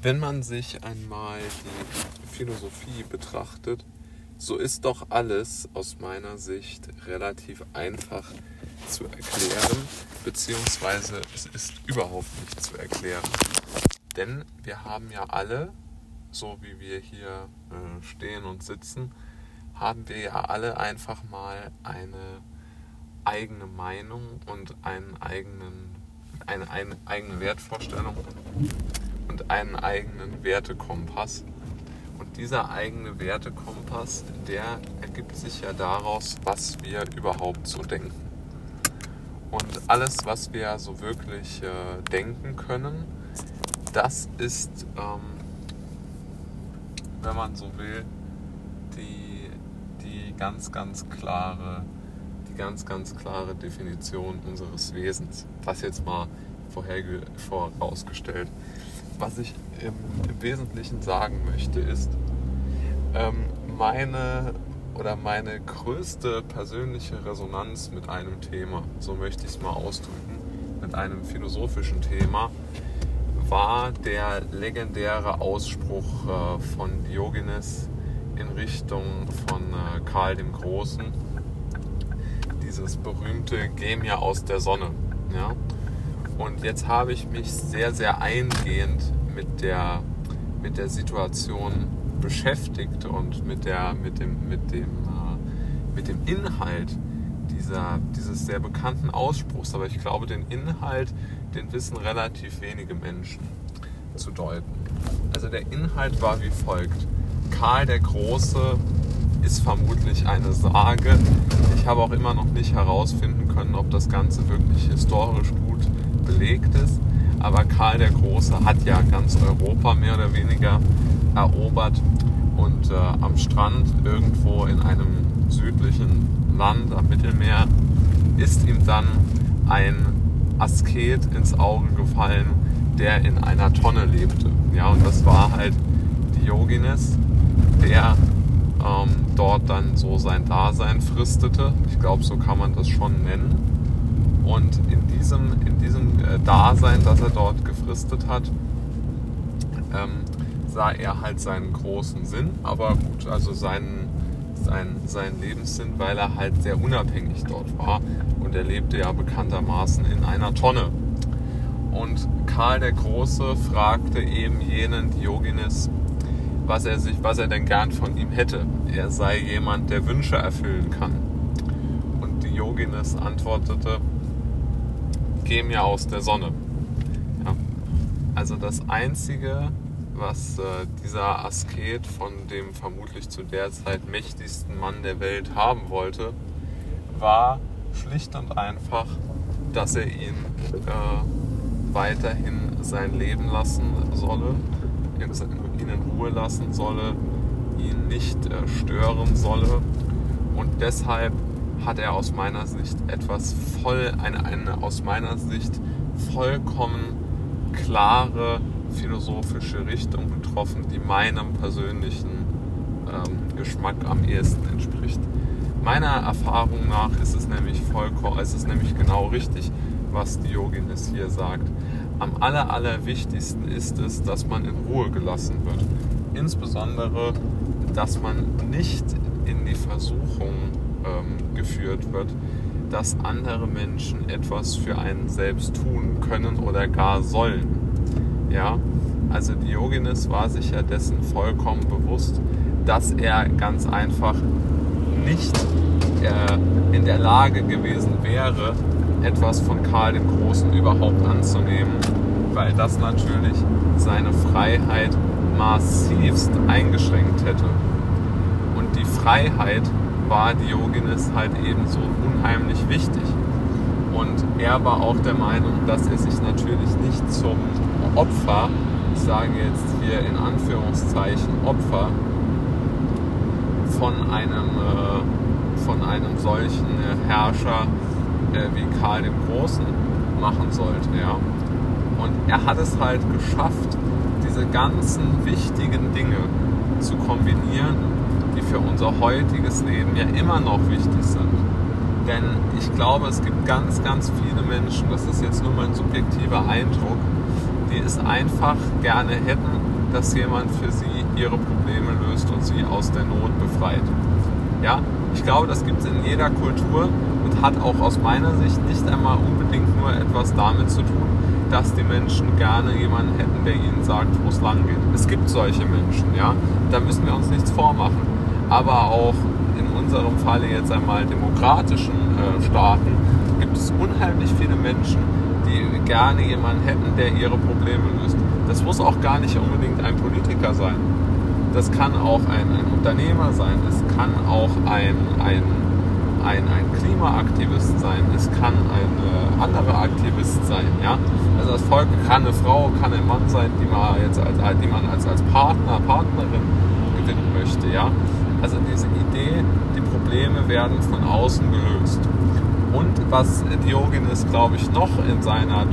Wenn man sich einmal die Philosophie betrachtet, so ist doch alles aus meiner Sicht relativ einfach zu erklären, beziehungsweise es ist überhaupt nicht zu erklären. Denn wir haben ja alle, so wie wir hier stehen und sitzen, haben wir ja alle einfach mal eine eigene Meinung und eine eigene Wertvorstellung und einen eigenen Wertekompass. Und dieser eigene Wertekompass, der ergibt sich ja daraus, was wir überhaupt so denken. Und alles, was wir so wirklich denken können, das ist, wenn man so will, die ganz klare Definition unseres Wesens. Das jetzt mal vorausgestellt. Was ich im Wesentlichen sagen möchte, ist, meine größte persönliche Resonanz mit einem Thema, so möchte ich es mal ausdrücken, mit einem philosophischen Thema, war der legendäre Ausspruch von Diogenes in Richtung von Karl dem Großen, dieses berühmte "Geh mir aus der Sonne". Ja? Und jetzt habe ich mich sehr, sehr eingehend mit der Situation beschäftigt und mit dem Inhalt dieses sehr bekannten Ausspruchs. Aber ich glaube, den Inhalt, den wissen relativ wenige Menschen zu deuten. Also der Inhalt war wie folgt: Karl der Große ist vermutlich eine Sage. Ich habe auch immer noch nicht herausfinden können, ob das Ganze wirklich historisch gut belegt ist. Aber Karl der Große hat ja ganz Europa mehr oder weniger erobert und am Strand irgendwo in einem südlichen Land am Mittelmeer ist ihm dann ein Asket ins Auge gefallen, der in einer Tonne lebte. Ja, und das war halt Diogenes, der dort dann so sein Dasein fristete. Ich glaube, so kann man das schon nennen. Und in diesem Dasein, das er dort gefristet hat, sah er halt seinen großen Sinn, aber gut, also seinen Lebenssinn, weil er halt sehr unabhängig dort war. Und er lebte ja bekanntermaßen in einer Tonne. Und Karl der Große fragte eben jenen Diogenes, was er denn gern von ihm hätte. Er sei jemand, der Wünsche erfüllen kann. Und Diogenes antwortete: Geh mir aus der Sonne. Ja. Also das Einzige, was dieser Asket von dem vermutlich zu der Zeit mächtigsten Mann der Welt haben wollte, war schlicht und einfach, dass er ihn weiterhin sein Leben lassen solle, ihn in Ruhe lassen solle, ihn nicht stören solle. Und deshalb hat er aus meiner Sicht eine aus meiner Sicht vollkommen klare philosophische Richtung getroffen, die meinem persönlichen Geschmack am ehesten entspricht. Meiner Erfahrung nach ist es nämlich genau richtig, was Diogenes hier sagt. Am allerwichtigsten ist es, dass man in Ruhe gelassen wird. Insbesondere, dass man nicht in die Versuchung geführt wird, dass andere Menschen etwas für einen selbst tun können oder gar sollen. Ja? Also Diogenes war sich ja dessen vollkommen bewusst, dass er ganz einfach nicht in der Lage gewesen wäre, etwas von Karl dem Großen überhaupt anzunehmen, weil das natürlich seine Freiheit massivst eingeschränkt hätte. Und die Freiheit war Diogenes halt ebenso unheimlich wichtig. Und er war auch der Meinung, dass er sich natürlich nicht zum Opfer, ich sage jetzt hier in Anführungszeichen Opfer, von einem solchen Herrscher wie Karl dem Großen machen sollte. Ja? Und er hat es halt geschafft, diese ganzen wichtigen Dinge zu kombinieren, die für unser heutiges Leben ja immer noch wichtig sind. Denn ich glaube, es gibt ganz viele Menschen, das ist jetzt nur mein subjektiver Eindruck, die es einfach gerne hätten, dass jemand für sie ihre Probleme löst und sie aus der Not befreit. Ja, ich glaube, das gibt es in jeder Kultur und hat auch aus meiner Sicht nicht einmal unbedingt nur etwas damit zu tun, dass die Menschen gerne jemanden hätten, der ihnen sagt, wo es lang geht. Es gibt solche Menschen, ja, da müssen wir uns nichts vormachen. Aber auch in unserem Falle jetzt einmal demokratischen Staaten gibt es unheimlich viele Menschen, die gerne jemanden hätten, der ihre Probleme löst. Das muss auch gar nicht unbedingt ein Politiker sein. Das kann auch ein Unternehmer sein. Es kann auch ein Klimaaktivist sein. Es kann ein anderer Aktivist sein. Ja? Also das Volk kann eine Frau, kann ein Mann sein, die man als Partner, Partnerin gewinnen möchte. Ja? Also diese Idee, die Probleme werden von außen gelöst. Und was Diogenes, glaube ich, noch in seinem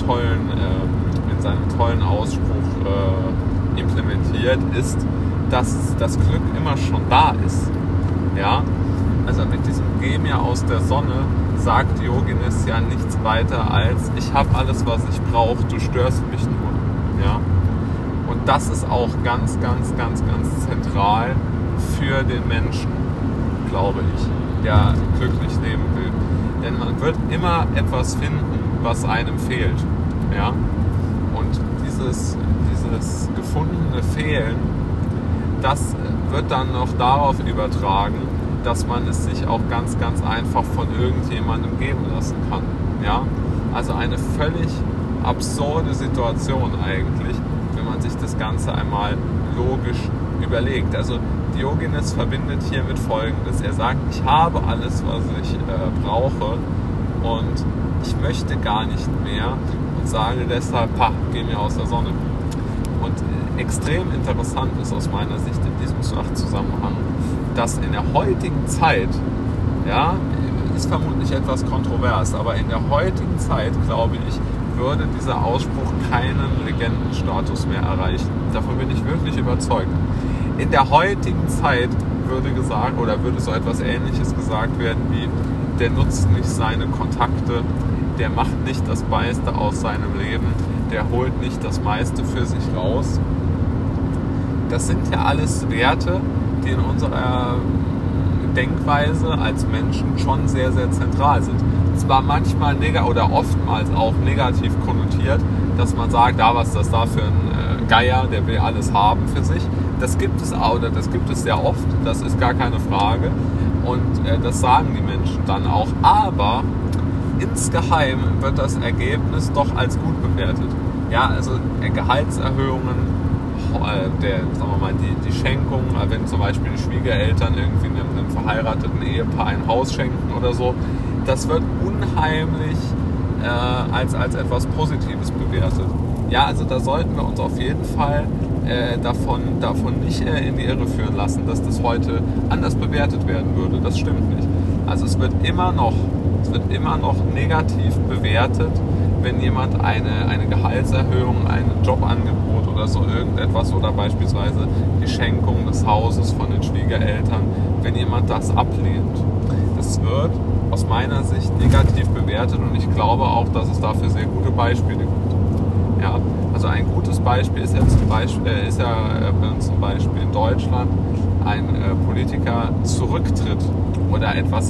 tollen Ausspruch implementiert, ist, dass das Glück immer schon da ist. Ja? Also mit diesem Geh mir aus der Sonne sagt Diogenes ja nichts weiter als, ich habe alles, was ich brauche, du störst mich nur. Ja? Und das ist auch ganz, ganz, ganz, ganz zentral für den Menschen, glaube ich, der glücklich leben will. Denn man wird immer etwas finden, was einem fehlt. Ja? Und dieses gefundene Fehlen, das wird dann noch darauf übertragen, dass man es sich auch ganz, ganz einfach von irgendjemandem geben lassen kann. Ja? Also eine völlig absurde Situation eigentlich, wenn man sich das Ganze einmal logisch überlegt. Also Diogenes verbindet hiermit Folgendes. Er sagt, ich habe alles, was ich brauche und ich möchte gar nicht mehr und sage deshalb, geh mir aus der Sonne. Und extrem interessant ist aus meiner Sicht in diesem Sachzusammenhang, dass in der heutigen Zeit, ja, ist vermutlich etwas kontrovers, aber in der heutigen Zeit, glaube ich, würde dieser Ausspruch keinen Legendenstatus mehr erreichen. Davon bin ich wirklich überzeugt. In der heutigen Zeit würde so etwas Ähnliches gesagt werden wie, der nutzt nicht seine Kontakte, der macht nicht das meiste aus seinem Leben, der holt nicht das meiste für sich raus. Das sind ja alles Werte, die in unserer Denkweise als Menschen schon sehr, sehr zentral sind. Zwar manchmal oder oftmals auch negativ konnotiert, dass man sagt, was ist das da für ein Geier, der will alles haben für sich. Das gibt es sehr oft, das ist gar keine Frage. Und das sagen die Menschen dann auch. Aber insgeheim wird das Ergebnis doch als gut bewertet. Ja, also Gehaltserhöhungen, die Schenkung, wenn zum Beispiel die Schwiegereltern irgendwie einem verheirateten Ehepaar ein Haus schenken oder so, das wird unheimlich als etwas Positives bewertet. Ja, also da sollten wir uns auf jeden Fall davon nicht in die Irre führen lassen, dass das heute anders bewertet werden würde. Das stimmt nicht. Also es wird immer noch negativ bewertet, wenn jemand eine Gehaltserhöhung, ein Jobangebot oder so irgendetwas oder beispielsweise die Schenkung des Hauses von den Schwiegereltern, wenn jemand das ablehnt. Das wird aus meiner Sicht negativ bewertet und ich glaube auch, dass es dafür sehr gute Beispiele gibt. Ja, also ein gutes Beispiel ist ja zum Beispiel in Deutschland ein Politiker zurücktritt oder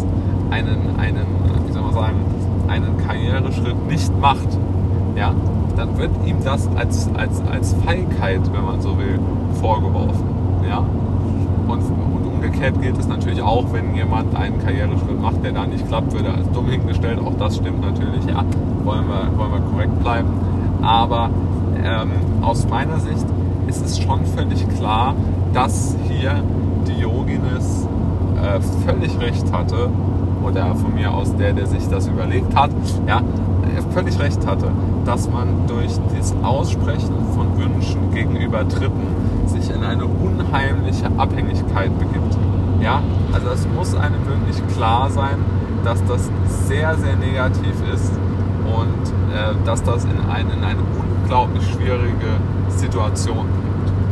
einen Karriereschritt nicht macht, ja, dann wird ihm das als Feigheit, wenn man so will, vorgeworfen. Ja? Und umgekehrt gilt es natürlich auch, wenn jemand einen Karriereschritt macht, der da nicht klappt, wird er als dumm hingestellt. Auch das stimmt natürlich, ja, wollen wir korrekt bleiben. Aber aus meiner Sicht ist es schon völlig klar, dass hier Diogenes völlig recht hatte, oder von mir aus der sich das überlegt hat, ja, völlig recht hatte, dass man durch das Aussprechen von Wünschen gegenüber Dritten sich in eine unheimliche Abhängigkeit begibt. Ja, also es muss einem wirklich klar sein, dass das sehr, sehr negativ ist und dass das in eine unglaublich schwierige Situation bringt.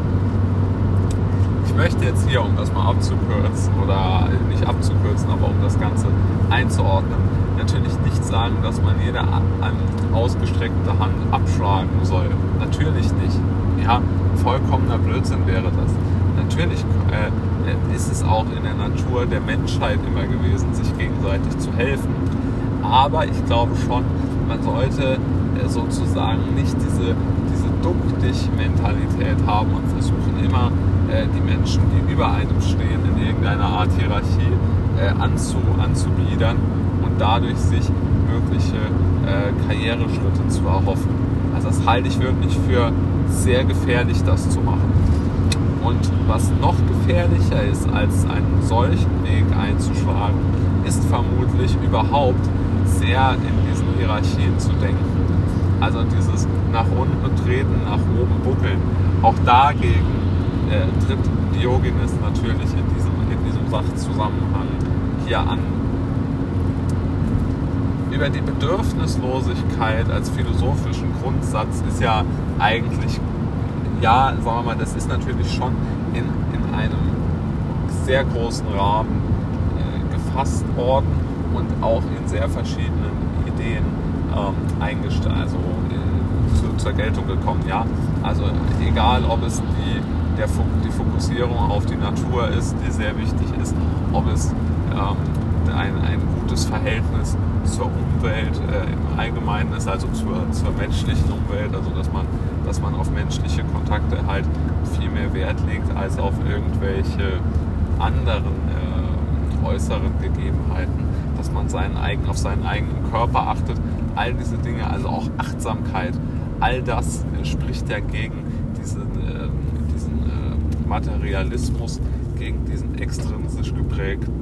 Ich möchte jetzt hier, um das mal abzukürzen, oder nicht abzukürzen, aber um das Ganze einzuordnen, natürlich nicht sagen, dass man jede ausgestreckte Hand abschlagen soll. Natürlich nicht. Ja, Ja, vollkommener Blödsinn wäre das. Natürlich ist es auch in der Natur der Menschheit immer gewesen, sich gegenseitig zu helfen. Aber ich glaube schon, man sollte sozusagen nicht diese Duck-dich-Mentalität haben und versuchen immer die Menschen, die über einem stehen, in irgendeiner Art Hierarchie anzubiedern und dadurch sich mögliche Karriereschritte zu erhoffen. Also das halte ich wirklich für sehr gefährlich, das zu machen. Und was noch gefährlicher ist, als einen solchen Weg einzuschlagen, ist vermutlich überhaupt sehr in diesen Hierarchien zu denken. Also dieses nach unten treten, nach oben buckeln. Auch dagegen tritt Diogenes natürlich in diesem Sachzusammenhang hier an. Über die Bedürfnislosigkeit als philosophischen Grundsatz ist ja eigentlich, ja, sagen wir mal, das ist natürlich schon in einem sehr großen Rahmen gefasst worden und auch in sehr verschiedenen Ideen zur Geltung gekommen. Ja? Also egal, ob es die Fokussierung auf die Natur ist, die sehr wichtig ist, ob es ein gutes Verhältnis zur Umwelt im Allgemeinen ist, also zur menschlichen Umwelt, also dass man auf menschliche Kontakte halt viel mehr Wert legt als auf irgendwelche anderen äußeren Gegebenheiten, dass man auf seinen eigenen Körper achtet, all diese Dinge, also auch Achtsamkeit, all das spricht ja gegen diesen Materialismus, gegen diesen extrinsisch geprägten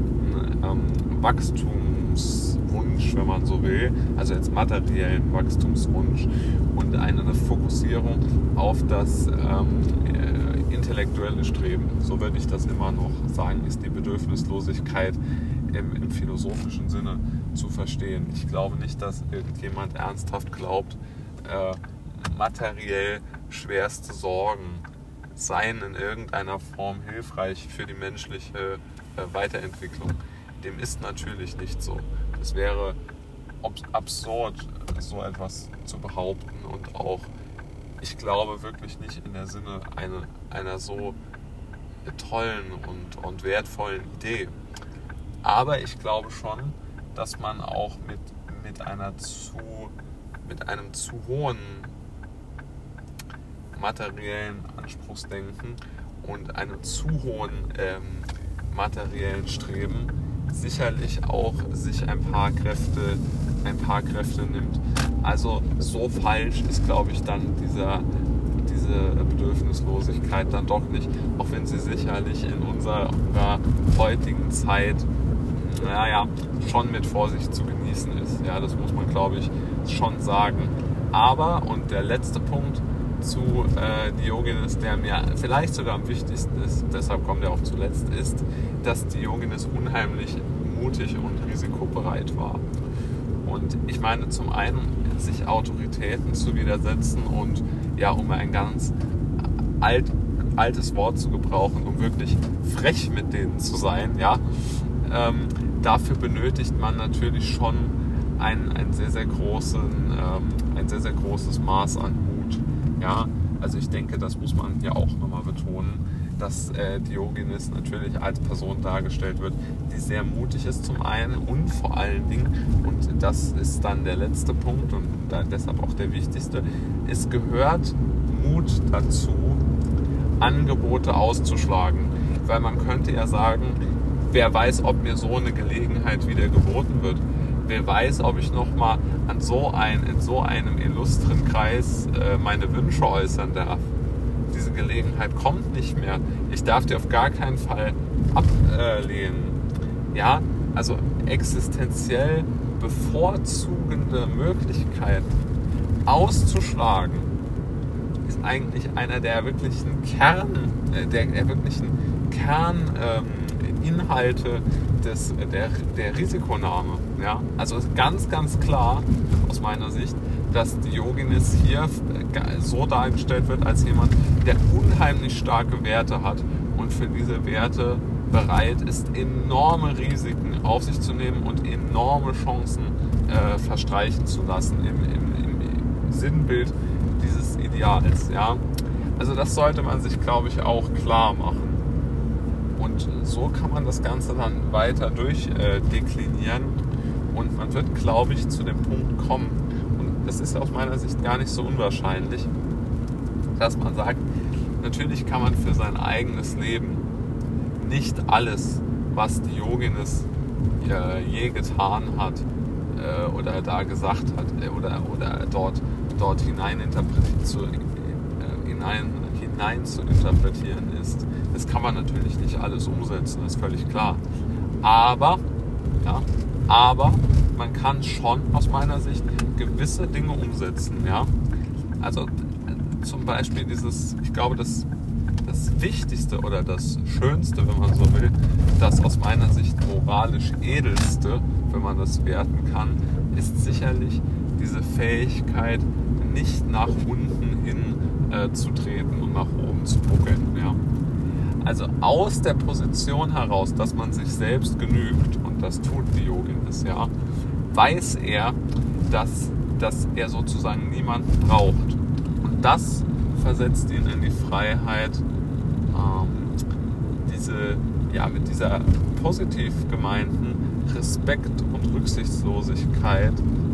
Wachstumswunsch, wenn man so will, also jetzt materiellen Wachstumswunsch und eine Fokussierung auf das intellektuelle Streben. So würde ich das immer noch sagen, ist die Bedürfnislosigkeit im philosophischen Sinne zu verstehen. Ich glaube nicht, dass irgendjemand ernsthaft glaubt, materiell schwerste Sorgen seien in irgendeiner Form hilfreich für die menschliche Weiterentwicklung. Dem ist natürlich nicht so. Es wäre absurd, so etwas zu behaupten und auch, ich glaube wirklich nicht in der Sinne einer so tollen und wertvollen Idee. Aber ich glaube schon, dass man auch mit einem zu hohen materiellen Anspruchsdenken und einem zu hohen materiellen Streben sicherlich auch sich ein paar Kräfte nimmt. Also so falsch ist, glaube ich, dann diese Bedürfnislosigkeit dann doch nicht, auch wenn sie sicherlich in unserer heutigen Zeit schon mit Vorsicht zu genießen ist. Ja, das muss man, glaube ich, schon sagen. Aber, und der letzte Punkt zu Diogenes, der mir vielleicht sogar am wichtigsten ist, deshalb kommt er auch zuletzt, ist, dass Diogenes unheimlich mutig und risikobereit war. Und ich meine, zum einen sich Autoritäten zu widersetzen und ja, um ein ganz altes Wort zu gebrauchen, um wirklich frech mit denen zu sein, ja, dafür benötigt man natürlich schon ein sehr, sehr großes Maß an Mut. Ja, also ich denke, das muss man hier auch nochmal betonen, dass Diogenes natürlich als Person dargestellt wird, die sehr mutig ist zum einen und vor allen Dingen, und das ist dann der letzte Punkt und deshalb auch der wichtigste, es gehört Mut dazu, Angebote auszuschlagen. Weil man könnte ja sagen, wer weiß, ob mir so eine Gelegenheit wieder geboten wird. Wer weiß, ob ich nochmal in so einem illustren Kreis meine Wünsche äußern darf. Diese Gelegenheit kommt nicht mehr. Ich darf die auf gar keinen Fall ablehnen. Ja, also existenziell bevorzugende Möglichkeiten auszuschlagen, ist eigentlich einer der wirklichen Kerninhalte der Risikonahme. Ja? Also ganz, ganz klar aus meiner Sicht, dass Diogenes hier so dargestellt wird als jemand, der unheimlich starke Werte hat und für diese Werte bereit ist, enorme Risiken auf sich zu nehmen und enorme Chancen verstreichen zu lassen im Sinnbild dieses Ideals. Ja? Also das sollte man sich, glaube ich, auch klar machen. Und so kann man das Ganze dann weiter durchdeklinieren und man wird, glaube ich, zu dem Punkt kommen, und das ist aus meiner Sicht gar nicht so unwahrscheinlich, dass man sagt, natürlich kann man für sein eigenes Leben nicht alles, was Diogenes je getan hat oder da gesagt hat oder dort hinein zu interpretieren ist. Das kann man natürlich nicht alles umsetzen, das ist völlig klar. Aber man kann schon aus meiner Sicht gewisse Dinge umsetzen. Ja? Also zum Beispiel ich glaube, das Wichtigste oder das Schönste, wenn man so will, das aus meiner Sicht moralisch Edelste, wenn man das werten kann, ist sicherlich diese Fähigkeit, nicht nach unten hin zu treten und nach oben zu buckeln. Ja? Also aus der Position heraus, dass man sich selbst genügt, und das tut Diogenes, ja, weiß er, dass er sozusagen niemanden braucht. Und das versetzt ihn in die Freiheit, mit dieser positiv gemeinten Respekt und Rücksichtslosigkeit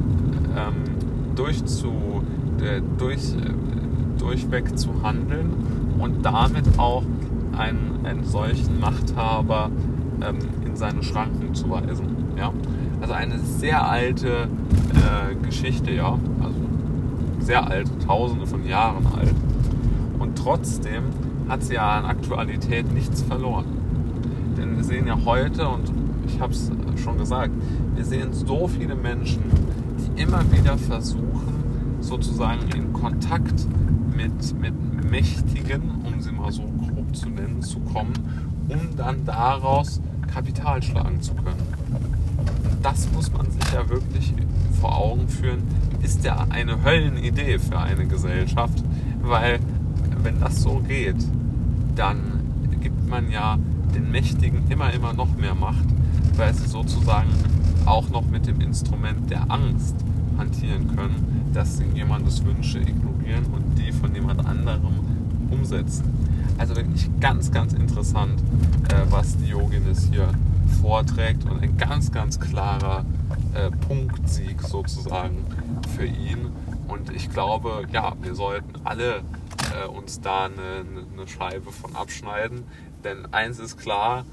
durchweg zu handeln und damit auch einen solchen Machthaber in seine Schranken zu weisen. Ja? Also eine sehr alte Geschichte, ja, also sehr alt, tausende von Jahren alt. Und trotzdem hat sie ja an Aktualität nichts verloren. Denn wir sehen ja heute, und ich habe es schon gesagt, wir sehen so viele Menschen, die immer wieder versuchen, sozusagen in Kontakt mit Mächtigen, um sie mal so grob zu nennen, zu kommen, um dann daraus Kapital schlagen zu können. Das muss man sich ja wirklich vor Augen führen, ist ja eine Höllenidee für eine Gesellschaft, weil wenn das so geht, dann gibt man ja den Mächtigen immer noch mehr Macht, weil sie sozusagen auch noch mit dem Instrument der Angst hantieren können, dass sie jemandes Wünsche ignorieren und die von jemand anderem umsetzen. Also wirklich ganz, ganz interessant, was Diogenes hier vorträgt, und ein ganz, ganz klarer Punktsieg sozusagen für ihn. Und ich glaube, ja, wir sollten alle uns da eine Scheibe von abschneiden, denn eins ist klar,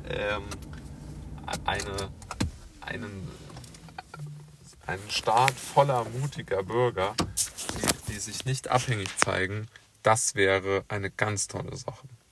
einen Staat voller mutiger Bürger, die sich nicht abhängig zeigen, das wäre eine ganz tolle Sache.